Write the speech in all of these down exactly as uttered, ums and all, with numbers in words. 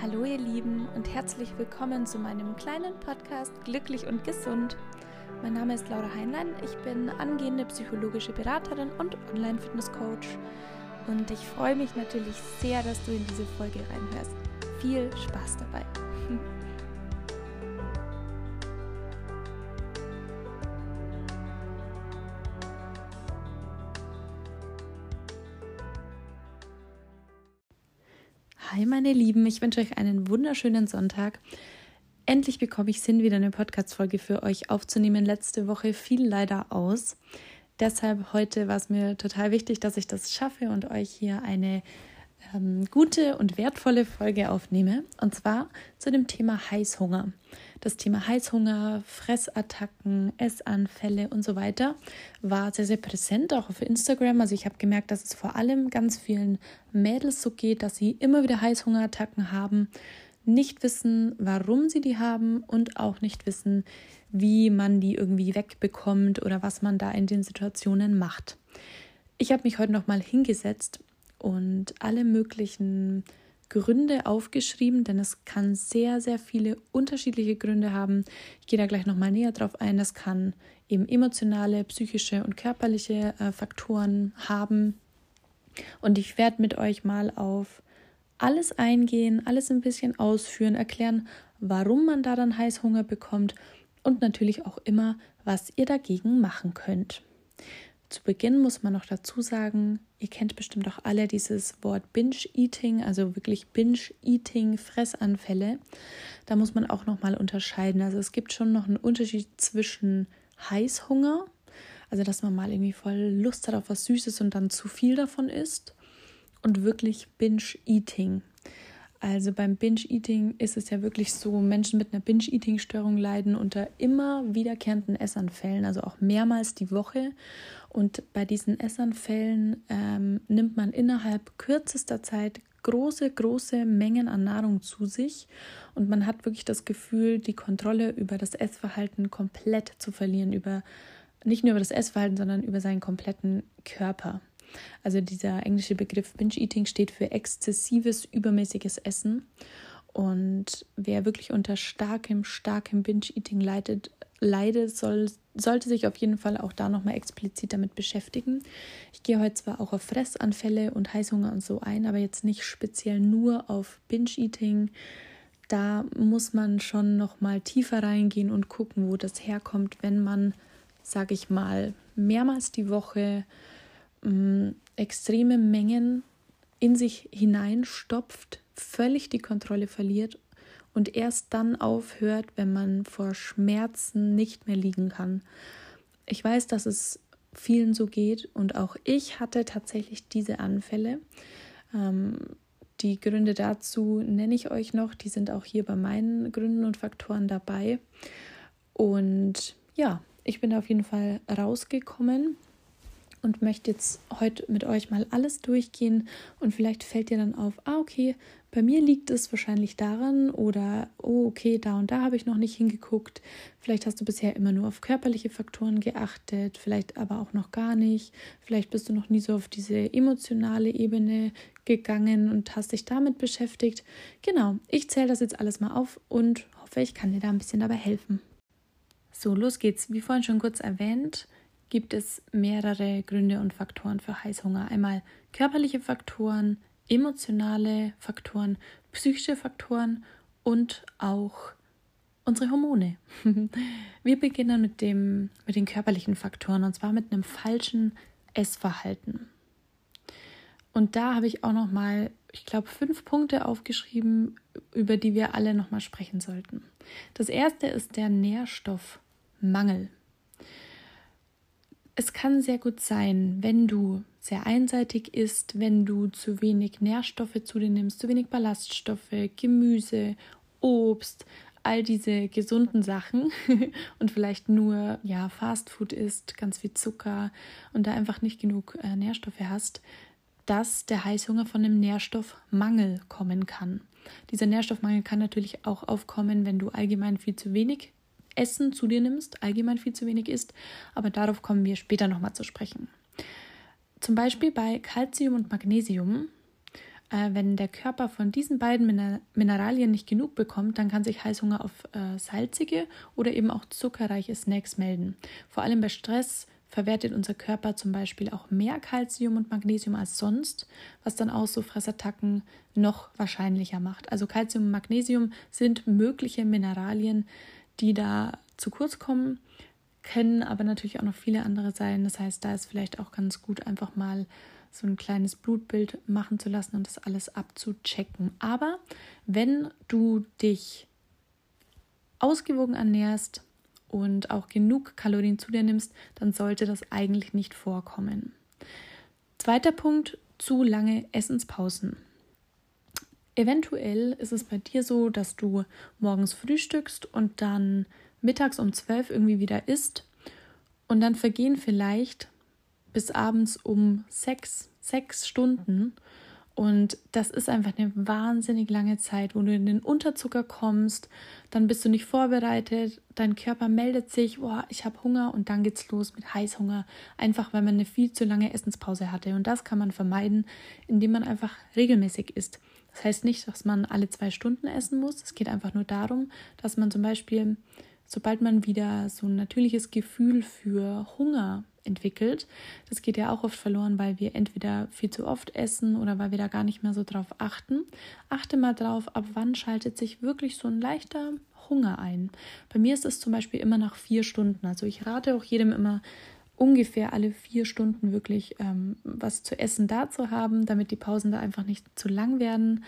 Hallo ihr Lieben und herzlich willkommen zu meinem kleinen Podcast Glücklich und Gesund. Mein Name ist Laura Heinlein, ich bin angehende psychologische Beraterin und Online-Fitness-Coach und ich freue mich natürlich sehr, dass du in diese Folge reinhörst. Viel Spaß dabei! Hi meine Lieben, ich wünsche euch einen wunderschönen Sonntag. Endlich bekomme ich es hin, wieder eine Podcast-Folge für euch aufzunehmen. Letzte Woche fiel leider aus. Deshalb heute war es mir total wichtig, dass ich das schaffe und euch hier eine ähm, gute und wertvolle Folge aufnehme. Und zwar zu dem Thema Heißhunger. Das Thema Heißhunger, Fressattacken, Essanfälle und so weiter war sehr, sehr präsent, auch auf Instagram. Also ich habe gemerkt, dass es vor allem ganz vielen Mädels so geht, dass sie immer wieder Heißhungerattacken haben, nicht wissen, warum sie die haben und auch nicht wissen, wie man die irgendwie wegbekommt oder was man da in den Situationen macht. Ich habe mich heute nochmal hingesetzt und alle möglichen Gründe aufgeschrieben, denn es kann sehr, sehr viele unterschiedliche Gründe haben. Ich gehe da gleich nochmal näher drauf ein. Das kann eben emotionale, psychische und körperliche äh, Faktoren haben. Und ich werde mit euch mal auf alles eingehen, alles ein bisschen ausführen, erklären, warum man da dann Heißhunger bekommt und natürlich auch immer, was ihr dagegen machen könnt. Zu Beginn muss man noch dazu sagen, ihr kennt bestimmt auch alle dieses Wort Binge-Eating, also wirklich Binge-Eating, Fressanfälle. Da muss man auch nochmal unterscheiden. Also es gibt schon noch einen Unterschied zwischen Heißhunger, also dass man mal irgendwie voll Lust hat auf was Süßes und dann zu viel davon isst, und wirklich Binge-Eating. Also beim Binge-Eating ist es ja wirklich so, Menschen mit einer Binge-Eating-Störung leiden unter immer wiederkehrenden Essanfällen, also auch mehrmals die Woche. Und bei diesen Essanfällen ähm, nimmt man innerhalb kürzester Zeit große, große Mengen an Nahrung zu sich. Und man hat wirklich das Gefühl, die Kontrolle über das Essverhalten komplett zu verlieren. Über, nicht nur über das Essverhalten, sondern über seinen kompletten Körper. Also dieser englische Begriff Binge-Eating steht für exzessives, übermäßiges Essen. Und wer wirklich unter starkem, starkem Binge-Eating leidet, leidet soll, sollte sich auf jeden Fall auch da nochmal explizit damit beschäftigen. Ich gehe heute zwar auch auf Fressanfälle und Heißhunger und so ein, aber jetzt nicht speziell nur auf Binge-Eating. Da muss man schon nochmal tiefer reingehen und gucken, wo das herkommt, wenn man, sage ich mal, mehrmals die Woche extreme Mengen in sich hineinstopft, völlig die Kontrolle verliert und erst dann aufhört, wenn man vor Schmerzen nicht mehr liegen kann. Ich weiß, dass es vielen so geht und auch ich hatte tatsächlich diese Anfälle. Ähm, die Gründe dazu nenne ich euch noch, die sind auch hier bei meinen Gründen und Faktoren dabei. Und ja, ich bin da auf jeden Fall rausgekommen und möchte jetzt heute mit euch mal alles durchgehen und vielleicht fällt dir dann auf, ah okay, bei mir liegt es wahrscheinlich daran oder oh okay, da und da habe ich noch nicht hingeguckt. Vielleicht hast du bisher immer nur auf körperliche Faktoren geachtet, vielleicht aber auch noch gar nicht. Vielleicht bist du noch nie so auf diese emotionale Ebene gegangen und hast dich damit beschäftigt. Genau, ich zähle das jetzt alles mal auf und hoffe, ich kann dir da ein bisschen dabei helfen. So, los geht's. Wie vorhin schon kurz erwähnt, gibt es mehrere Gründe und Faktoren für Heißhunger. Einmal körperliche Faktoren, emotionale Faktoren, psychische Faktoren und auch unsere Hormone. Wir beginnen mit dem, mit den körperlichen Faktoren und zwar mit einem falschen Essverhalten. Und da habe ich auch nochmal, ich glaube, fünf Punkte aufgeschrieben, über die wir alle nochmal sprechen sollten. Das erste ist der Nährstoffmangel. Es kann sehr gut sein, wenn du sehr einseitig isst, wenn du zu wenig Nährstoffe zu dir nimmst, zu wenig Ballaststoffe, Gemüse, Obst, all diese gesunden Sachen und vielleicht nur ja, Fastfood isst, ganz viel Zucker und da einfach nicht genug äh, Nährstoffe hast, dass der Heißhunger von einem Nährstoffmangel kommen kann. Dieser Nährstoffmangel kann natürlich auch aufkommen, wenn du allgemein viel zu wenig Essen zu dir nimmst, allgemein viel zu wenig isst, aber darauf kommen wir später nochmal zu sprechen. Zum Beispiel bei Calcium und Magnesium Äh, wenn der Körper von diesen beiden Miner- Mineralien nicht genug bekommt, dann kann sich Heißhunger auf äh, salzige oder eben auch zuckerreiche Snacks melden. Vor allem bei Stress verwertet unser Körper zum Beispiel auch mehr Calcium und Magnesium als sonst, was dann auch so Fressattacken noch wahrscheinlicher macht. Also Calcium und Magnesium sind mögliche Mineralien, die da zu kurz kommen, können aber natürlich auch noch viele andere sein. Das heißt, da ist vielleicht auch ganz gut, einfach mal so ein kleines Blutbild machen zu lassen und das alles abzuchecken. Aber wenn du dich ausgewogen ernährst und auch genug Kalorien zu dir nimmst, dann sollte das eigentlich nicht vorkommen. Zweiter Punkt, zu lange Essenspausen. Eventuell ist es bei dir so, dass du morgens frühstückst und dann mittags um zwölf irgendwie wieder isst und dann vergehen vielleicht bis abends um sechs, sechs Stunden. Und das ist einfach eine wahnsinnig lange Zeit, wo du in den Unterzucker kommst, dann bist du nicht vorbereitet, dein Körper meldet sich, boah, ich habe Hunger und dann geht's los mit Heißhunger, einfach weil man eine viel zu lange Essenspause hatte. Und das kann man vermeiden, indem man einfach regelmäßig isst. Das heißt nicht, dass man alle zwei Stunden essen muss, es geht einfach nur darum, dass man zum Beispiel, sobald man wieder so ein natürliches Gefühl für Hunger entwickelt. Das geht ja auch oft verloren, weil wir entweder viel zu oft essen oder weil wir da gar nicht mehr so drauf achten. Achte mal drauf, ab wann schaltet sich wirklich so ein leichter Hunger ein. Bei mir ist es zum Beispiel immer nach vier Stunden. Also ich rate auch jedem immer, ungefähr alle vier Stunden wirklich ähm, was zu essen da zu haben, damit die Pausen da einfach nicht zu lang werden,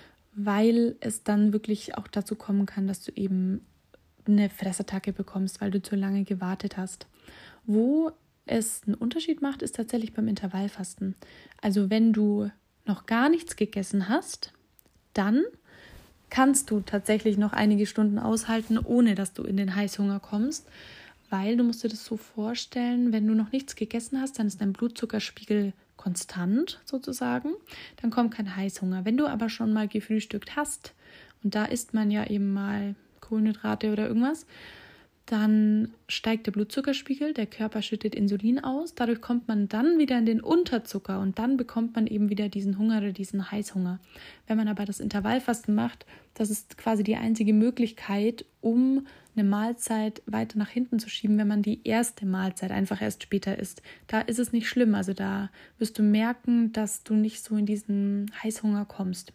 weil es dann wirklich auch dazu kommen kann, dass du eben eine Fressattacke bekommst, weil du zu lange gewartet hast. Wo es einen Unterschied macht, ist tatsächlich beim Intervallfasten. Also wenn du noch gar nichts gegessen hast, dann kannst du tatsächlich noch einige Stunden aushalten, ohne dass du in den Heißhunger kommst, weil du musst dir das so vorstellen, wenn du noch nichts gegessen hast, dann ist dein Blutzuckerspiegel konstant sozusagen, dann kommt kein Heißhunger. Wenn du aber schon mal gefrühstückt hast, und da isst man ja eben mal Kohlenhydrate oder irgendwas, dann steigt der Blutzuckerspiegel, der Körper schüttet Insulin aus, dadurch kommt man dann wieder in den Unterzucker und dann bekommt man eben wieder diesen Hunger oder diesen Heißhunger. Wenn man aber das Intervallfasten macht, das ist quasi die einzige Möglichkeit, um eine Mahlzeit weiter nach hinten zu schieben, wenn man die erste Mahlzeit einfach erst später isst. Da ist es nicht schlimm, also da wirst du merken, dass du nicht so in diesen Heißhunger kommst.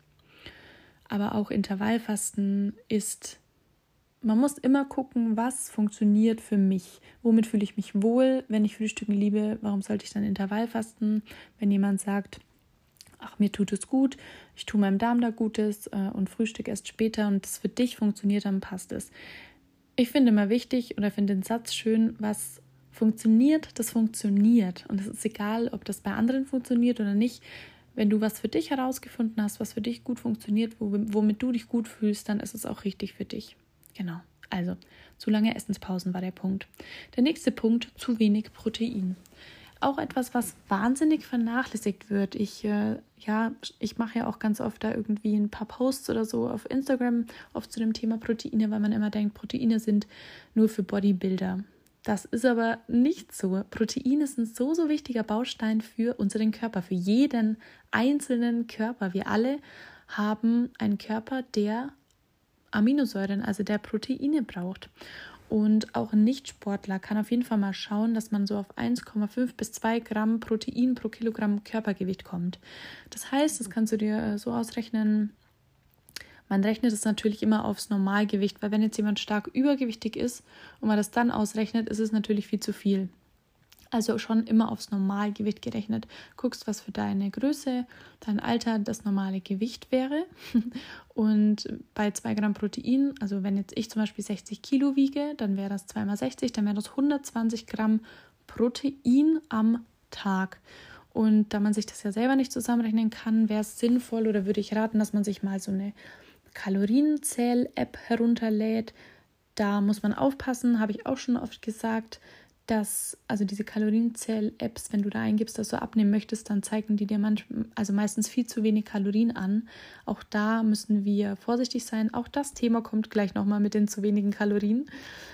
Aber auch Intervallfasten ist Man muss immer gucken, was funktioniert für mich. Womit fühle ich mich wohl, wenn ich Frühstücken liebe? Warum sollte ich dann Intervallfasten? Wenn jemand sagt, ach, mir tut es gut, ich tue meinem Darm da Gutes äh, und Frühstück erst später und das für dich funktioniert, dann passt es. Ich finde immer wichtig oder finde den Satz schön, was funktioniert, das funktioniert. Und es ist egal, ob das bei anderen funktioniert oder nicht. Wenn du was für dich herausgefunden hast, was für dich gut funktioniert, womit du dich gut fühlst, dann ist es auch richtig für dich. Genau, also zu lange Essenspausen war der Punkt. Der nächste Punkt, zu wenig Protein. Auch etwas, was wahnsinnig vernachlässigt wird. Ich, äh, ja, ich mache ja auch ganz oft da irgendwie ein paar Posts oder so auf Instagram, oft zu dem Thema Proteine, weil man immer denkt, Proteine sind nur für Bodybuilder. Das ist aber nicht so. Proteine sind so, so wichtiger Baustein für unseren Körper, für jeden einzelnen Körper. Wir alle haben einen Körper, der Aminosäuren, also der Proteine braucht. Und auch ein Nichtsportler kann auf jeden Fall mal schauen, dass man so auf eins Komma fünf bis zwei Gramm Protein pro Kilogramm Körpergewicht kommt. Das heißt, das kannst du dir so ausrechnen, man rechnet es natürlich immer aufs Normalgewicht, weil wenn jetzt jemand stark übergewichtig ist und man das dann ausrechnet, ist es natürlich viel zu viel. Also schon immer aufs Normalgewicht gerechnet. Guckst, was für deine Größe, dein Alter das normale Gewicht wäre. Und bei zwei Gramm Protein, also wenn jetzt ich zum Beispiel sechzig Kilo wiege, dann wäre das zwei mal sechzig, dann wäre das hundertzwanzig Gramm Protein am Tag. Und da man sich das ja selber nicht zusammenrechnen kann, wäre es sinnvoll oder würde ich raten, dass man sich mal so eine Kalorienzähl-App herunterlädt. Da muss man aufpassen, habe ich auch schon oft gesagt, dass, also diese Kalorienzähl-Apps, wenn du da eingibst, dass du abnehmen möchtest, dann zeigen die dir manchmal, also meistens viel zu wenig Kalorien an. Auch da müssen wir vorsichtig sein. Auch das Thema kommt gleich nochmal mit den zu wenigen Kalorien.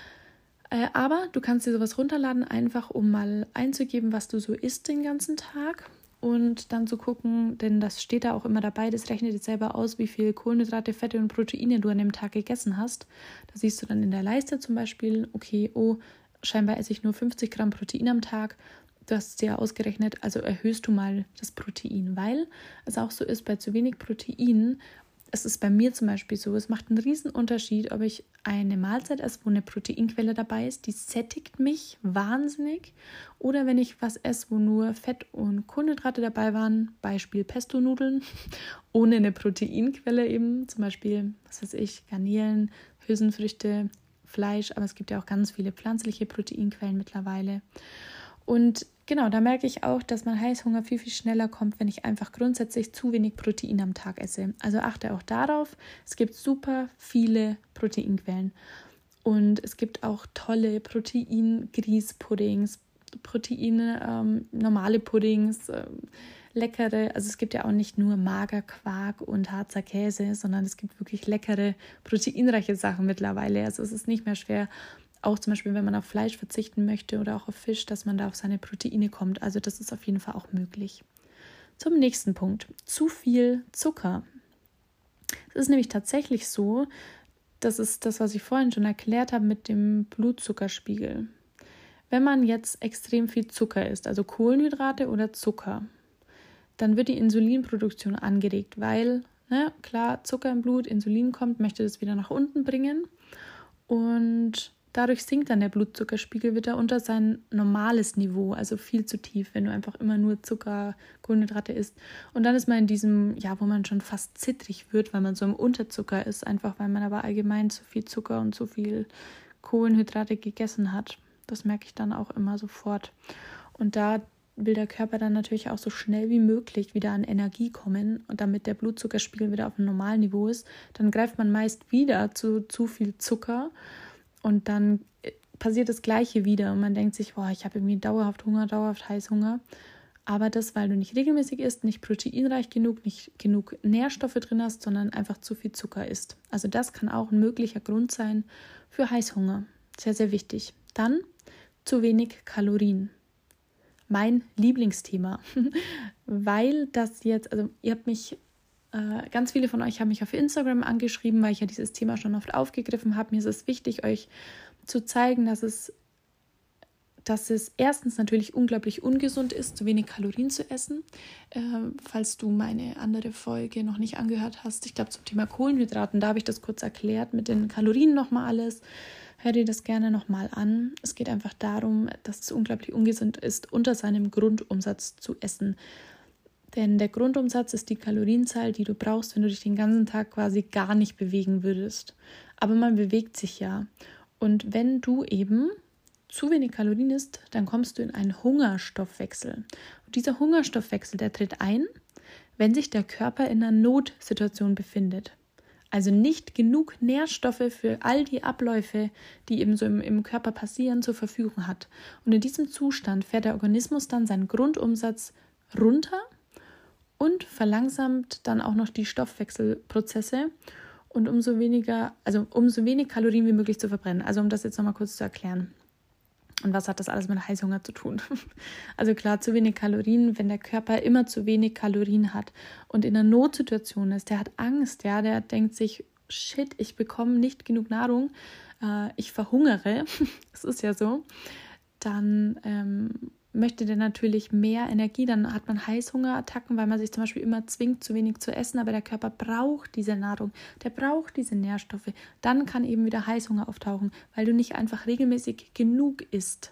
Äh, aber du kannst dir sowas runterladen, einfach um mal einzugeben, was du so isst den ganzen Tag. und dann zu gucken, denn das steht da auch immer dabei, das rechnet jetzt selber aus, wie viel Kohlenhydrate, Fette und Proteine du an dem Tag gegessen hast. Da siehst du dann in der Leiste zum Beispiel, okay, oh, scheinbar esse ich nur fünfzig Gramm Protein am Tag. Du hast es ja ausgerechnet, also erhöhst du mal das Protein, weil es auch so ist, bei zu wenig Protein, es ist bei mir zum Beispiel so, es macht einen riesen Unterschied, ob ich eine Mahlzeit esse, wo eine Proteinquelle dabei ist, die sättigt mich wahnsinnig, oder wenn ich was esse, wo nur Fett und Kohlenhydrate dabei waren, Beispiel Pesto-Nudeln, ohne eine Proteinquelle eben, zum Beispiel, was weiß ich, Garnelen, Hülsenfrüchte, Fleisch, aber es gibt ja auch ganz viele pflanzliche Proteinquellen mittlerweile. Und genau, da merke ich auch, dass mein Heißhunger viel, viel schneller kommt, wenn ich einfach grundsätzlich zu wenig Protein am Tag esse. Also achte auch darauf, es gibt super viele Proteinquellen. Und es gibt auch tolle Protein-Grießpuddings, Proteine, ähm, normale Puddings, äh, leckere, also es gibt ja auch nicht nur Magerquark und Harzer Käse, sondern es gibt wirklich leckere, proteinreiche Sachen mittlerweile. Also es ist nicht mehr schwer, auch zum Beispiel, wenn man auf Fleisch verzichten möchte oder auch auf Fisch, dass man da auf seine Proteine kommt. Also das ist auf jeden Fall auch möglich. Zum nächsten Punkt. Zu viel Zucker. Es ist nämlich tatsächlich so, das ist das, was ich vorhin schon erklärt habe mit dem Blutzuckerspiegel. Wenn man jetzt extrem viel Zucker isst, also Kohlenhydrate oder Zucker, dann wird die Insulinproduktion angeregt, weil, ne, klar, Zucker im Blut, Insulin kommt, möchte das wieder nach unten bringen und dadurch sinkt dann der Blutzuckerspiegel wieder unter sein normales Niveau, also viel zu tief, wenn du einfach immer nur Zucker, Kohlenhydrate isst. Und dann ist man in diesem, ja, wo man schon fast zittrig wird, weil man so im Unterzucker ist, einfach weil man aber allgemein zu viel Zucker und zu viel Kohlenhydrate gegessen hat. Das merke ich dann auch immer sofort. Und da will der Körper dann natürlich auch so schnell wie möglich wieder an Energie kommen und damit der Blutzuckerspiegel wieder auf einem normalen Niveau ist, dann greift man meist wieder zu zu viel Zucker. Und dann passiert das Gleiche wieder und man denkt sich, boah, ich habe irgendwie dauerhaft Hunger, dauerhaft Heißhunger. Aber das, weil du nicht regelmäßig isst, nicht proteinreich genug, nicht genug Nährstoffe drin hast, sondern einfach zu viel Zucker isst. Also das kann auch ein möglicher Grund sein für Heißhunger. Sehr, sehr wichtig. Dann zu wenig Kalorien. Mein Lieblingsthema, weil das jetzt, also ihr habt mich, äh, ganz viele von euch haben mich auf Instagram angeschrieben, weil ich ja dieses Thema schon oft aufgegriffen habe. Mir ist es wichtig, euch zu zeigen, dass es, dass es erstens natürlich unglaublich ungesund ist, zu wenig Kalorien zu essen. Äh, falls du meine andere Folge noch nicht angehört hast, ich glaube zum Thema Kohlenhydraten, da habe ich das kurz erklärt, mit den Kalorien nochmal alles. Hör dir das gerne nochmal an. Es geht einfach darum, dass es unglaublich ungesund ist, unter seinem Grundumsatz zu essen. Denn der Grundumsatz ist die Kalorienzahl, die du brauchst, wenn du dich den ganzen Tag quasi gar nicht bewegen würdest. Aber man bewegt sich ja. Und wenn du eben zu wenig Kalorien isst, dann kommst du in einen Hungerstoffwechsel. Und dieser Hungerstoffwechsel, der tritt ein, wenn sich der Körper in einer Notsituation befindet. Also nicht genug Nährstoffe für all die Abläufe, die eben so im, im Körper passieren, zur Verfügung hat. Und in diesem Zustand fährt der Organismus dann seinen Grundumsatz runter und verlangsamt dann auch noch die Stoffwechselprozesse und umso weniger, also umso wenig Kalorien wie möglich zu verbrennen. Also um das jetzt nochmal kurz zu erklären. Und was hat das alles mit Heißhunger zu tun? Also klar, zu wenig Kalorien, wenn der Körper immer zu wenig Kalorien hat und in einer Notsituation ist, der hat Angst, ja, der denkt sich, shit, ich bekomme nicht genug Nahrung, äh, ich verhungere, das ist ja so, dann ähm, möchte der natürlich mehr Energie, dann hat man Heißhungerattacken, weil man sich zum Beispiel immer zwingt, zu wenig zu essen, aber der Körper braucht diese Nahrung, der braucht diese Nährstoffe. Dann kann eben wieder Heißhunger auftauchen, weil du nicht einfach regelmäßig genug isst.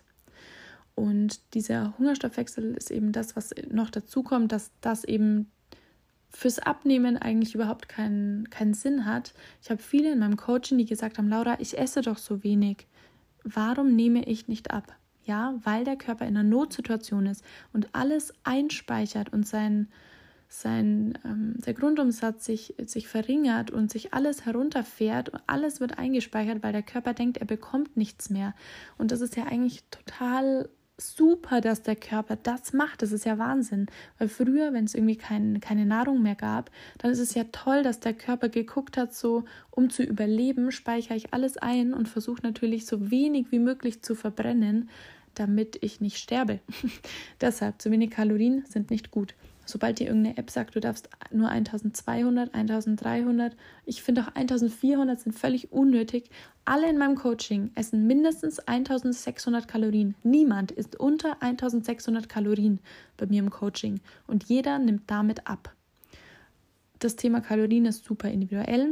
Und dieser Hungerstoffwechsel ist eben das, was noch dazu kommt, dass das eben fürs Abnehmen eigentlich überhaupt keinen, keinen Sinn hat. Ich habe viele in meinem Coaching, die gesagt haben, Laura, ich esse doch so wenig. Warum nehme ich nicht ab? Ja, weil der Körper in einer Notsituation ist und alles einspeichert und sein, sein, ähm, der Grundumsatz sich, sich verringert und sich alles herunterfährt und alles wird eingespeichert, weil der Körper denkt, er bekommt nichts mehr. Und das ist ja eigentlich total super, dass der Körper das macht. Das ist ja Wahnsinn. Weil früher, wenn es irgendwie kein, keine Nahrung mehr gab, dann ist es ja toll, dass der Körper geguckt hat, so um zu überleben, speichere ich alles ein und versuche natürlich so wenig wie möglich zu verbrennen, damit ich nicht sterbe. Deshalb, zu wenig Kalorien sind nicht gut. Sobald dir irgendeine App sagt, du darfst nur eintausendzweihundert, eintausenddreihundert, ich finde auch eintausendvierhundert sind völlig unnötig. Alle in meinem Coaching essen mindestens eintausendsechshundert Kalorien. Niemand isst unter eintausendsechshundert Kalorien bei mir im Coaching und jeder nimmt damit ab. Das Thema Kalorien ist super individuell.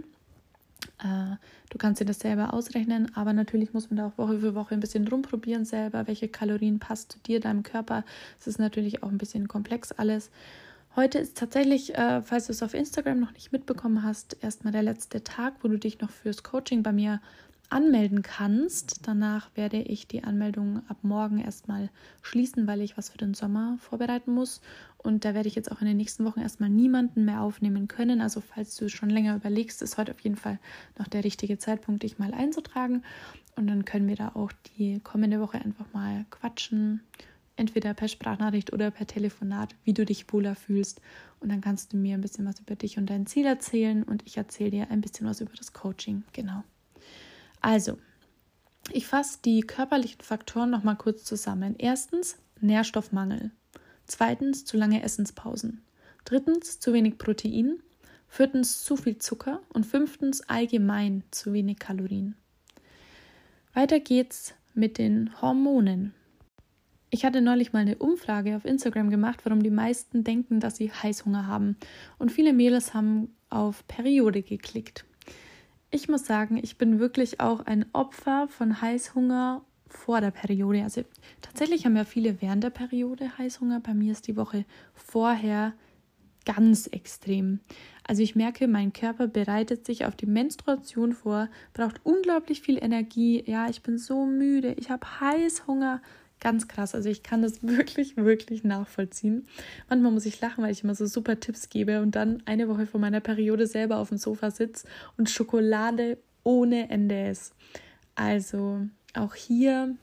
Du kannst dir das selber ausrechnen, aber natürlich muss man da auch Woche für Woche ein bisschen rumprobieren selber, welche Kalorien passt zu dir, deinem Körper. Es ist natürlich auch ein bisschen komplex alles. Heute ist tatsächlich, äh, falls du es auf Instagram noch nicht mitbekommen hast, erstmal der letzte Tag, wo du dich noch fürs Coaching bei mir anmelden kannst. Danach werde ich die Anmeldung ab morgen erstmal schließen, weil ich was für den Sommer vorbereiten muss. Und da werde ich jetzt auch in den nächsten Wochen erstmal niemanden mehr aufnehmen können. Also falls du schon länger überlegst, ist heute auf jeden Fall noch der richtige Zeitpunkt, dich mal einzutragen. Und dann können wir da auch die kommende Woche einfach mal quatschen. Entweder per Sprachnachricht oder per Telefonat, wie du dich wohler fühlst. Und dann kannst du mir ein bisschen was über dich und dein Ziel erzählen. Und ich erzähle dir ein bisschen was über das Coaching. Genau. Also, ich fasse die körperlichen Faktoren nochmal kurz zusammen. Erstens, Nährstoffmangel. Zweitens, zu lange Essenspausen. Drittens, zu wenig Protein. Viertens, zu viel Zucker. Und fünftens, allgemein zu wenig Kalorien. Weiter geht's mit den Hormonen. Ich hatte neulich mal eine Umfrage auf Instagram gemacht, warum die meisten denken, dass sie Heißhunger haben. Und viele Mädels haben auf Periode geklickt. Ich muss sagen, ich bin wirklich auch ein Opfer von Heißhunger vor der Periode. Also tatsächlich haben ja viele während der Periode Heißhunger. Bei mir ist die Woche vorher ganz extrem. Also ich merke, mein Körper bereitet sich auf die Menstruation vor, braucht unglaublich viel Energie. Ja, ich bin so müde, ich habe Heißhunger. Ganz krass, also ich kann das wirklich, wirklich nachvollziehen. Manchmal muss ich lachen, weil ich immer so super Tipps gebe und dann eine Woche vor meiner Periode selber auf dem Sofa sitze und Schokolade ohne Ende esse. Also auch hier,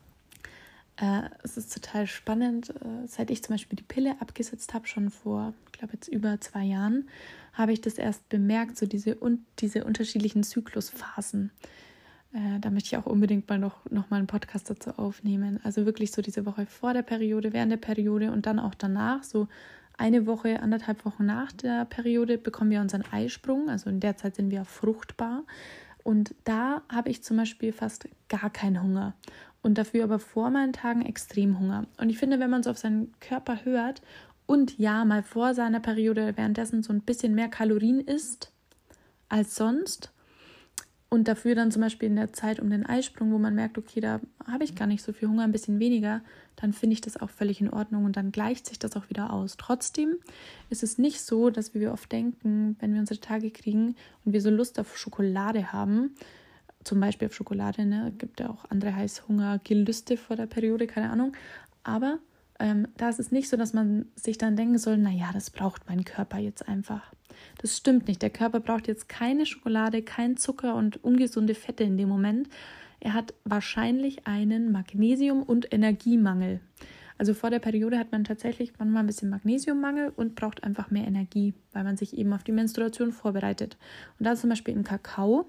äh, es ist total spannend, äh, seit ich zum Beispiel die Pille abgesetzt habe, schon vor, ich glaube jetzt über zwei Jahren, habe ich das erst bemerkt, so diese, und diese unterschiedlichen Zyklusphasen. Äh, da möchte ich auch unbedingt mal noch, noch mal einen Podcast dazu aufnehmen. Also wirklich so diese Woche vor der Periode, während der Periode und dann auch danach, so eine Woche, anderthalb Wochen nach der Periode bekommen wir unseren Eisprung. Also in der Zeit sind wir fruchtbar. Und da habe ich zum Beispiel fast gar keinen Hunger. Und dafür aber vor meinen Tagen extrem Hunger. Und ich finde, wenn man so auf seinen Körper hört und ja, mal vor seiner Periode währenddessen so ein bisschen mehr Kalorien isst als sonst, und dafür dann zum Beispiel in der Zeit um den Eisprung, wo man merkt, okay, da habe ich gar nicht so viel Hunger, ein bisschen weniger, dann finde ich das auch völlig in Ordnung und dann gleicht sich das auch wieder aus. Trotzdem ist es nicht so, dass wie wir oft denken, wenn wir unsere Tage kriegen und wir so Lust auf Schokolade haben, zum Beispiel auf Schokolade, ne, gibt ja auch andere Heißhunger-Gelüste vor der Periode, keine Ahnung, aber ähm, da ist es nicht so, dass man sich dann denken soll, naja, das braucht mein Körper jetzt einfach. Das stimmt nicht. Der Körper braucht jetzt keine Schokolade, kein Zucker und ungesunde Fette in dem Moment. Er hat wahrscheinlich einen Magnesium- und Energiemangel. Also vor der Periode hat man tatsächlich manchmal ein bisschen Magnesiummangel und braucht einfach mehr Energie, weil man sich eben auf die Menstruation vorbereitet. Und da ist zum Beispiel im Kakao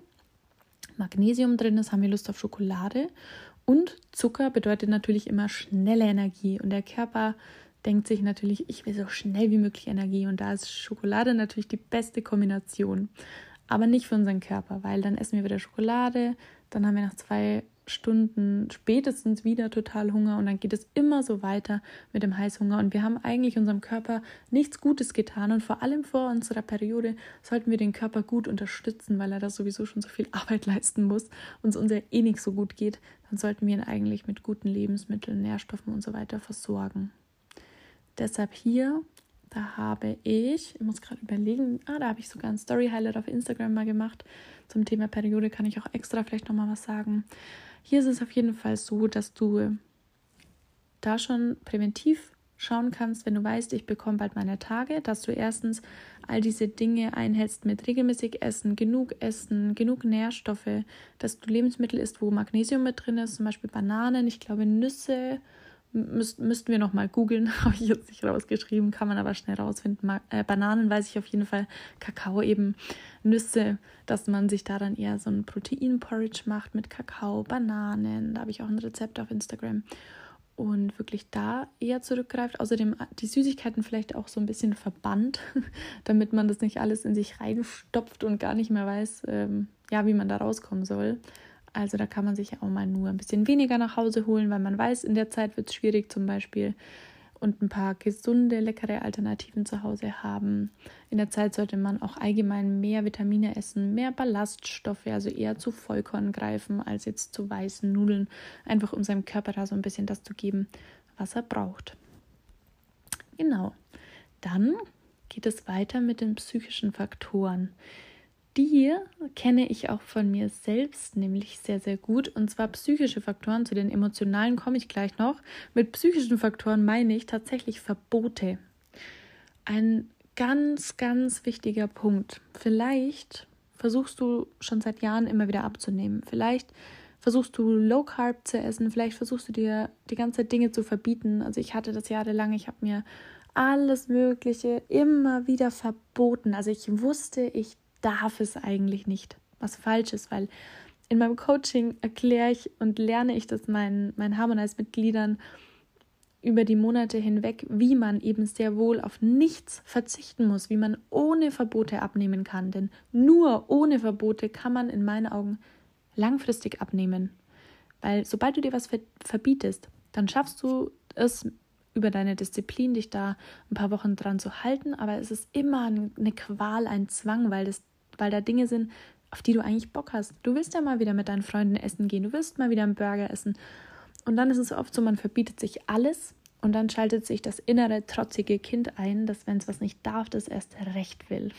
Magnesium drin ist, haben wir Lust auf Schokolade. Und Zucker bedeutet natürlich immer schnelle Energie. Und der Körper denkt sich natürlich, ich will so schnell wie möglich Energie. Und da ist Schokolade natürlich die beste Kombination. Aber nicht für unseren Körper, weil dann essen wir wieder Schokolade, dann haben wir nach zwei Stunden spätestens wieder total Hunger und dann geht es immer so weiter mit dem Heißhunger. Und wir haben eigentlich unserem Körper nichts Gutes getan und vor allem vor unserer Periode sollten wir den Körper gut unterstützen, weil er da sowieso schon so viel Arbeit leisten muss und es uns ja eh nicht so gut geht. Dann sollten wir ihn eigentlich mit guten Lebensmitteln, Nährstoffen und so weiter versorgen. Deshalb hier, da habe ich, ich muss gerade überlegen, ah, da habe ich sogar ein Story-Highlight auf Instagram mal gemacht. Zum Thema Periode kann ich auch extra vielleicht nochmal was sagen. Hier ist es auf jeden Fall so, dass du da schon präventiv schauen kannst, wenn du weißt, ich bekomme bald meine Tage, dass du erstens all diese Dinge einhältst mit regelmäßig Essen, genug Essen, genug Nährstoffe, dass du Lebensmittel isst, wo Magnesium mit drin ist, zum Beispiel Bananen, ich glaube Nüsse, Müs- müssten wir nochmal googeln, habe ich jetzt nicht rausgeschrieben, kann man aber schnell rausfinden. Ma- äh, Bananen weiß ich auf jeden Fall, Kakao eben, Nüsse, dass man sich da dann eher so ein Protein-Porridge macht mit Kakao, Bananen, da habe ich auch ein Rezept auf Instagram. und wirklich da eher zurückgreift. Außerdem die Süßigkeiten vielleicht auch so ein bisschen verbannt, damit man das nicht alles in sich reinstopft und gar nicht mehr weiß, ähm, ja, wie man da rauskommen soll. Also da kann man sich ja auch mal nur ein bisschen weniger nach Hause holen, weil man weiß, in der Zeit wird es schwierig zum Beispiel, und ein paar gesunde, leckere Alternativen zu Hause haben. In der Zeit sollte man auch allgemein mehr Vitamine essen, mehr Ballaststoffe, also eher zu Vollkorn greifen als jetzt zu weißen Nudeln, einfach um seinem Körper da so ein bisschen das zu geben, was er braucht. Genau, dann geht es weiter mit den psychischen Faktoren. Die kenne ich auch von mir selbst nämlich sehr, sehr gut. Und zwar psychische Faktoren. Zu den emotionalen komme ich gleich noch. Mit psychischen Faktoren meine ich tatsächlich Verbote. Ein ganz, ganz wichtiger Punkt. Vielleicht versuchst du schon seit Jahren immer wieder abzunehmen. Vielleicht versuchst du Low Carb zu essen. Vielleicht versuchst du dir die ganze Zeit Dinge zu verbieten. Also ich hatte das jahrelang. Ich habe mir alles Mögliche immer wieder verboten. Also ich wusste, ich darf es eigentlich nicht, was falsch ist, weil in meinem Coaching erkläre ich und lerne ich das meinen, meinen Harmonize-Mitgliedern über die Monate hinweg, wie man eben sehr wohl auf nichts verzichten muss, wie man ohne Verbote abnehmen kann, denn nur ohne Verbote kann man in meinen Augen langfristig abnehmen, weil sobald du dir was verbietest, dann schaffst du es über deine Disziplin, dich da ein paar Wochen dran zu halten, aber es ist immer eine Qual, ein Zwang, weil das weil da Dinge sind, auf die du eigentlich Bock hast. Du willst ja mal wieder mit deinen Freunden essen gehen, du willst mal wieder einen Burger essen. Und dann ist es oft so, man verbietet sich alles und dann schaltet sich das innere, trotzige Kind ein, das, wenn es was nicht darf, das erst recht will.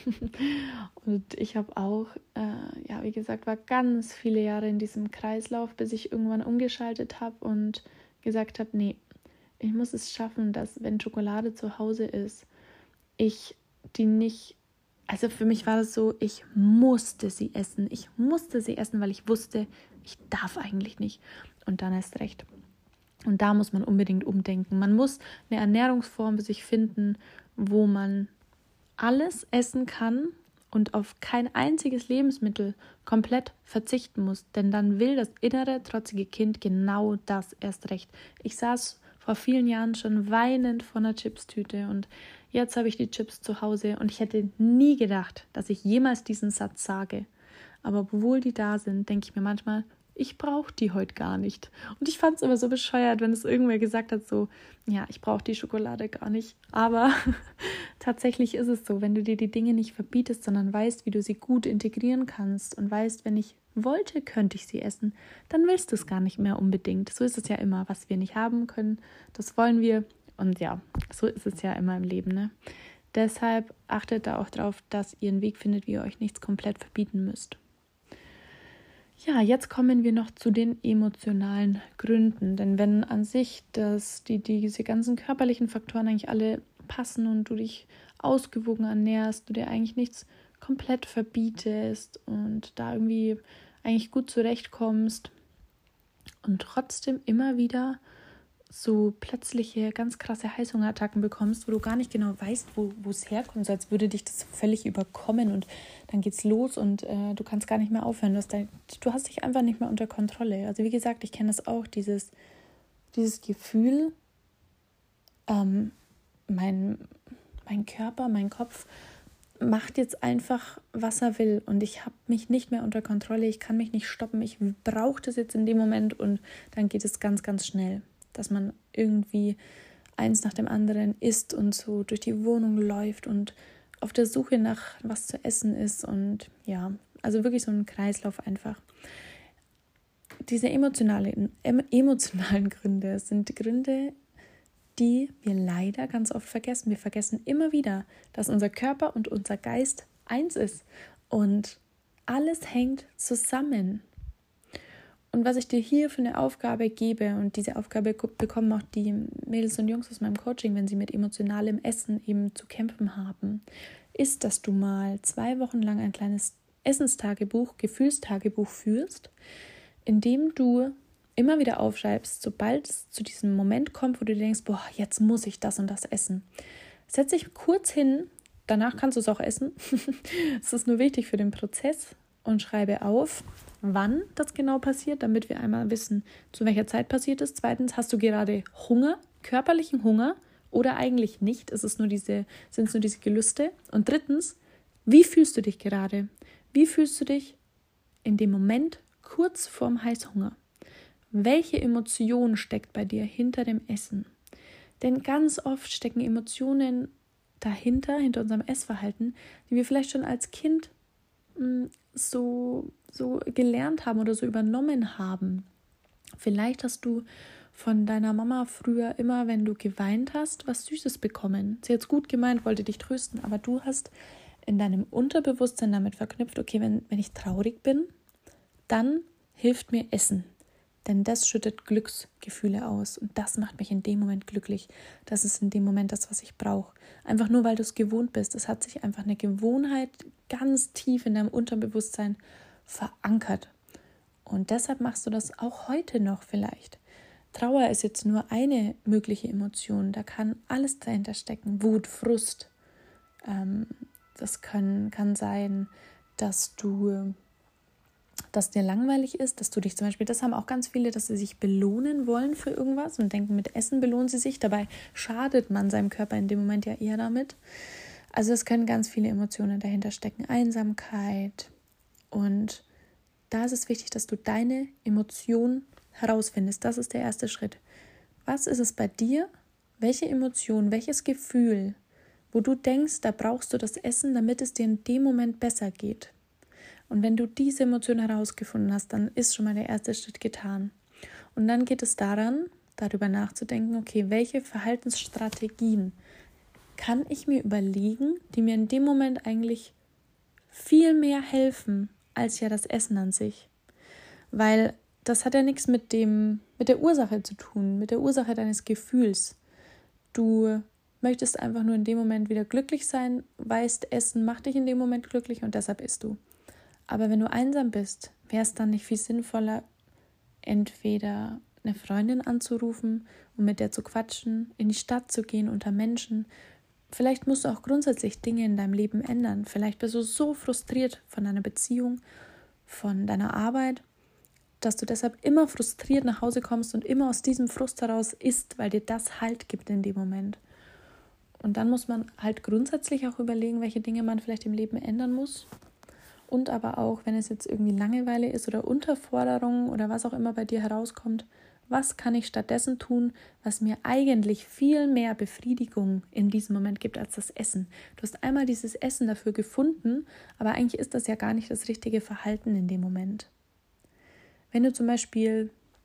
Und ich habe auch, äh, ja, wie gesagt, war ganz viele Jahre in diesem Kreislauf, bis ich irgendwann umgeschaltet habe und gesagt habe, nee, ich muss es schaffen, dass, wenn Schokolade zu Hause ist, ich die nicht. Also für mich war das so, ich musste sie essen. Ich musste sie essen, weil ich wusste, ich darf eigentlich nicht. Und dann erst recht. Und da muss man unbedingt umdenken. Man muss eine Ernährungsform für sich finden, wo man alles essen kann und auf kein einziges Lebensmittel komplett verzichten muss. Denn dann will das innere, trotzige Kind genau das erst recht. Ich saß vor vielen Jahren schon weinend vor einer Chipstüte und jetzt habe ich die Chips zu Hause und ich hätte nie gedacht, dass ich jemals diesen Satz sage. Aber obwohl die da sind, denke ich mir manchmal, ich brauche die heute gar nicht. Und ich fand es immer so bescheuert, wenn es irgendwer gesagt hat, so, ja, ich brauche die Schokolade gar nicht. Aber tatsächlich ist es so, wenn du dir die Dinge nicht verbietest, sondern weißt, wie du sie gut integrieren kannst und weißt, wenn ich wollte, könnte ich sie essen, dann willst du es gar nicht mehr unbedingt. So ist es ja immer, was wir nicht haben können, das wollen wir. Und ja, so ist es ja immer im Leben, ne? Deshalb achtet da auch drauf, dass ihr einen Weg findet, wie ihr euch nichts komplett verbieten müsst. Ja, jetzt kommen wir noch zu den emotionalen Gründen. Denn wenn an sich das, die, diese ganzen körperlichen Faktoren eigentlich alle passen und du dich ausgewogen ernährst, du dir eigentlich nichts komplett verbietest und da irgendwie eigentlich gut zurechtkommst und trotzdem immer wieder so plötzliche, ganz krasse Heißhungerattacken bekommst, wo du gar nicht genau weißt, wo es herkommt, so als würde dich das völlig überkommen und dann geht's los und äh, du kannst gar nicht mehr aufhören. Du hast, dein, du hast dich einfach nicht mehr unter Kontrolle. Also wie gesagt, ich kenne das auch, dieses, dieses Gefühl, ähm, mein, mein Körper, mein Kopf macht jetzt einfach, was er will und ich habe mich nicht mehr unter Kontrolle, ich kann mich nicht stoppen, ich brauche das jetzt in dem Moment und dann geht es ganz, ganz schnell, dass man irgendwie eins nach dem anderen isst und so durch die Wohnung läuft und auf der Suche nach was zu essen ist und ja, also wirklich so ein Kreislauf einfach. Diese emotionalen, emotionalen Gründe sind Gründe, die wir leider ganz oft vergessen. Wir vergessen immer wieder, dass unser Körper und unser Geist eins ist und alles hängt zusammen. Und was ich dir hier für eine Aufgabe gebe, und diese Aufgabe bekommen auch die Mädels und Jungs aus meinem Coaching, wenn sie mit emotionalem Essen eben zu kämpfen haben, ist, dass du mal zwei Wochen lang ein kleines Essenstagebuch, Gefühlstagebuch führst, in dem du immer wieder aufschreibst, sobald es zu diesem Moment kommt, wo du denkst, boah, jetzt muss ich das und das essen. Setz dich kurz hin, danach kannst du es auch essen. Es ist nur wichtig für den Prozess und schreibe auf, wann das genau passiert, damit wir einmal wissen, zu welcher Zeit passiert es. Zweitens, hast du gerade Hunger, körperlichen Hunger oder eigentlich nicht? Ist es nur diese, sind es nur diese Gelüste? Und drittens, wie fühlst du dich gerade? Wie fühlst du dich in dem Moment kurz vorm Heißhunger? Welche Emotion steckt bei dir hinter dem Essen? Denn ganz oft stecken Emotionen dahinter, hinter unserem Essverhalten, die wir vielleicht schon als Kind mh, so, so gelernt haben oder so übernommen haben. Vielleicht hast du von deiner Mama früher immer, wenn du geweint hast, was Süßes bekommen. Sie hat es gut gemeint, wollte dich trösten, aber du hast in deinem Unterbewusstsein damit verknüpft, okay, wenn, wenn ich traurig bin, dann hilft mir Essen. Denn das schüttet Glücksgefühle aus und das macht mich in dem Moment glücklich. Das ist in dem Moment das, was ich brauche. Einfach nur, weil du es gewohnt bist. Es hat sich einfach eine Gewohnheit ganz tief in deinem Unterbewusstsein verankert. Und deshalb machst du das auch heute noch vielleicht. Trauer ist jetzt nur eine mögliche Emotion. Da kann alles dahinter stecken. Wut, Frust. Ähm, das kann, kann sein, dass du... dass dir langweilig ist, dass du dich zum Beispiel, das haben auch ganz viele, dass sie sich belohnen wollen für irgendwas und denken, mit Essen belohnen sie sich. Dabei schadet man seinem Körper in dem Moment ja eher damit. Also es können ganz viele Emotionen dahinter stecken. Einsamkeit. Und da ist es wichtig, dass du deine Emotion herausfindest. Das ist der erste Schritt. Was ist es bei dir? Welche Emotion, welches Gefühl, wo du denkst, da brauchst du das Essen, damit es dir in dem Moment besser geht? Und wenn du diese Emotion herausgefunden hast, dann ist schon mal der erste Schritt getan. Und dann geht es daran, darüber nachzudenken, okay, welche Verhaltensstrategien kann ich mir überlegen, die mir in dem Moment eigentlich viel mehr helfen, als ja das Essen an sich. Weil das hat ja nichts mit dem, mit der Ursache zu tun, mit der Ursache deines Gefühls. Du möchtest einfach nur in dem Moment wieder glücklich sein, weißt, Essen macht dich in dem Moment glücklich und deshalb isst du. Aber wenn du einsam bist, wäre es dann nicht viel sinnvoller, entweder eine Freundin anzurufen und mit der zu quatschen, in die Stadt zu gehen unter Menschen. Vielleicht musst du auch grundsätzlich Dinge in deinem Leben ändern. Vielleicht bist du so frustriert von deiner Beziehung, von deiner Arbeit, dass du deshalb immer frustriert nach Hause kommst und immer aus diesem Frust heraus isst, weil dir das Halt gibt in dem Moment. Und dann muss man halt grundsätzlich auch überlegen, welche Dinge man vielleicht im Leben ändern muss. Und aber auch, wenn es jetzt irgendwie Langeweile ist oder Unterforderung oder was auch immer bei dir herauskommt, was kann ich stattdessen tun, was mir eigentlich viel mehr Befriedigung in diesem Moment gibt als das Essen? Du hast einmal dieses Essen dafür gefunden, aber eigentlich ist das ja gar nicht das richtige Verhalten in dem Moment. Wenn du zum Beispiel,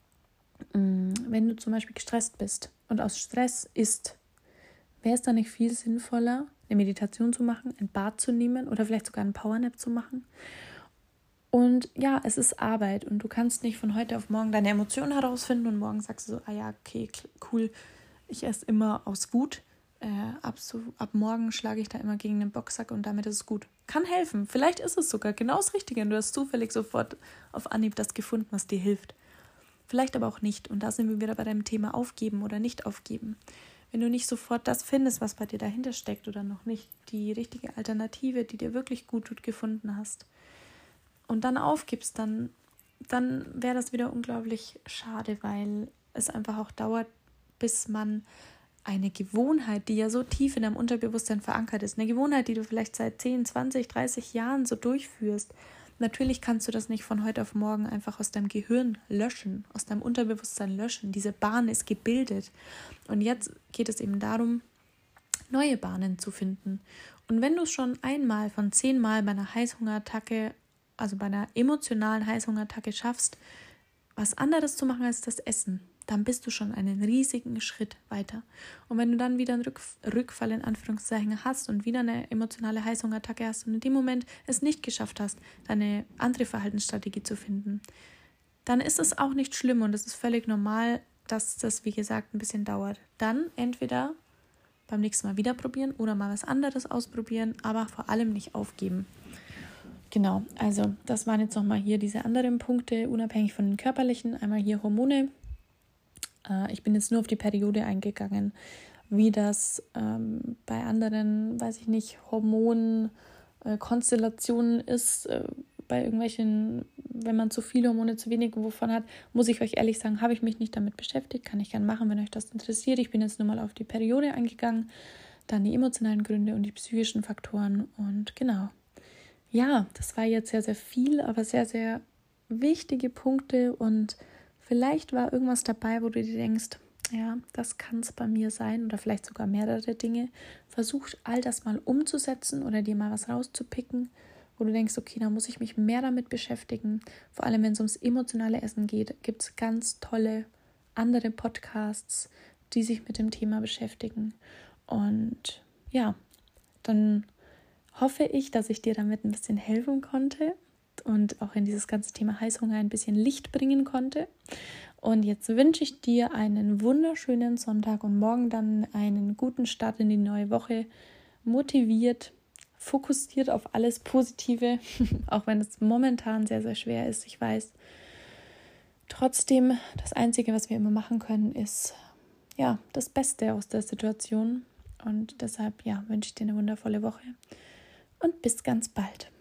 wenn du zum Beispiel gestresst bist und aus Stress isst, wäre es dann nicht viel sinnvoller, eine Meditation zu machen, ein Bad zu nehmen oder vielleicht sogar einen Powernap zu machen? Und ja, es ist Arbeit und du kannst nicht von heute auf morgen deine Emotionen herausfinden und morgen sagst du so, ah ja, okay, cool, ich esse immer aus Wut. Äh, ab, so, ab morgen schlage ich da immer gegen den Boxsack und damit ist es gut. Kann helfen, vielleicht ist es sogar genau das Richtige und du hast zufällig sofort auf Anhieb das gefunden, was dir hilft. Vielleicht aber auch nicht und da sind wir wieder bei deinem Thema aufgeben oder nicht aufgeben. Wenn du nicht sofort das findest, was bei dir dahinter steckt oder noch nicht die richtige Alternative, die dir wirklich gut tut, gefunden hast und dann aufgibst, dann, dann wäre das wieder unglaublich schade, weil es einfach auch dauert, bis man eine Gewohnheit, die ja so tief in deinem Unterbewusstsein verankert ist, eine Gewohnheit, die du vielleicht seit zehn, zwanzig, dreißig Jahren so durchführst. Natürlich kannst du das nicht von heute auf morgen einfach aus deinem Gehirn löschen, aus deinem Unterbewusstsein löschen. Diese Bahn ist gebildet. Und jetzt geht es eben darum, neue Bahnen zu finden. Und wenn du es schon einmal von zehnmal bei einer Heißhungerattacke, also bei einer emotionalen Heißhungerattacke schaffst, was anderes zu machen als das Essen, dann bist du schon einen riesigen Schritt weiter. Und wenn du dann wieder einen Rückfall in Anführungszeichen hast und wieder eine emotionale Heißhungerattacke hast und in dem Moment es nicht geschafft hast, deine andere Verhaltensstrategie zu finden, dann ist es auch nicht schlimm und es ist völlig normal, dass das, wie gesagt, ein bisschen dauert. Dann entweder beim nächsten Mal wieder probieren oder mal was anderes ausprobieren, aber vor allem nicht aufgeben. Genau, also das waren jetzt nochmal hier diese anderen Punkte, unabhängig von den körperlichen. Einmal hier Hormone. Ich bin jetzt nur auf die Periode eingegangen, wie das ähm, bei anderen, weiß ich nicht, Hormonkonstellationen äh, ist, äh, bei irgendwelchen, wenn man zu viele Hormone, zu wenig wovon hat, muss ich euch ehrlich sagen, habe ich mich nicht damit beschäftigt, kann ich gerne machen, wenn euch das interessiert. Ich bin jetzt nur mal auf die Periode eingegangen, dann die emotionalen Gründe und die psychischen Faktoren und genau. Ja, das war jetzt sehr, sehr viel, aber sehr, sehr wichtige Punkte und vielleicht war irgendwas dabei, wo du dir denkst, ja, das kann es bei mir sein oder vielleicht sogar mehrere Dinge. Versuch all das mal umzusetzen oder dir mal was rauszupicken, wo du denkst, okay, da muss ich mich mehr damit beschäftigen. Vor allem, wenn es ums emotionale Essen geht, gibt es ganz tolle andere Podcasts, die sich mit dem Thema beschäftigen. Und ja, dann hoffe ich, dass ich dir damit ein bisschen helfen konnte und auch in dieses ganze Thema Heißhunger ein bisschen Licht bringen konnte. Und jetzt wünsche ich dir einen wunderschönen Sonntag und morgen dann einen guten Start in die neue Woche, motiviert, fokussiert auf alles Positive, auch wenn es momentan sehr, sehr schwer ist. Ich weiß, trotzdem, das Einzige, was wir immer machen können, ist ja das Beste aus der Situation. Und deshalb ja, wünsche ich dir eine wundervolle Woche und bis ganz bald.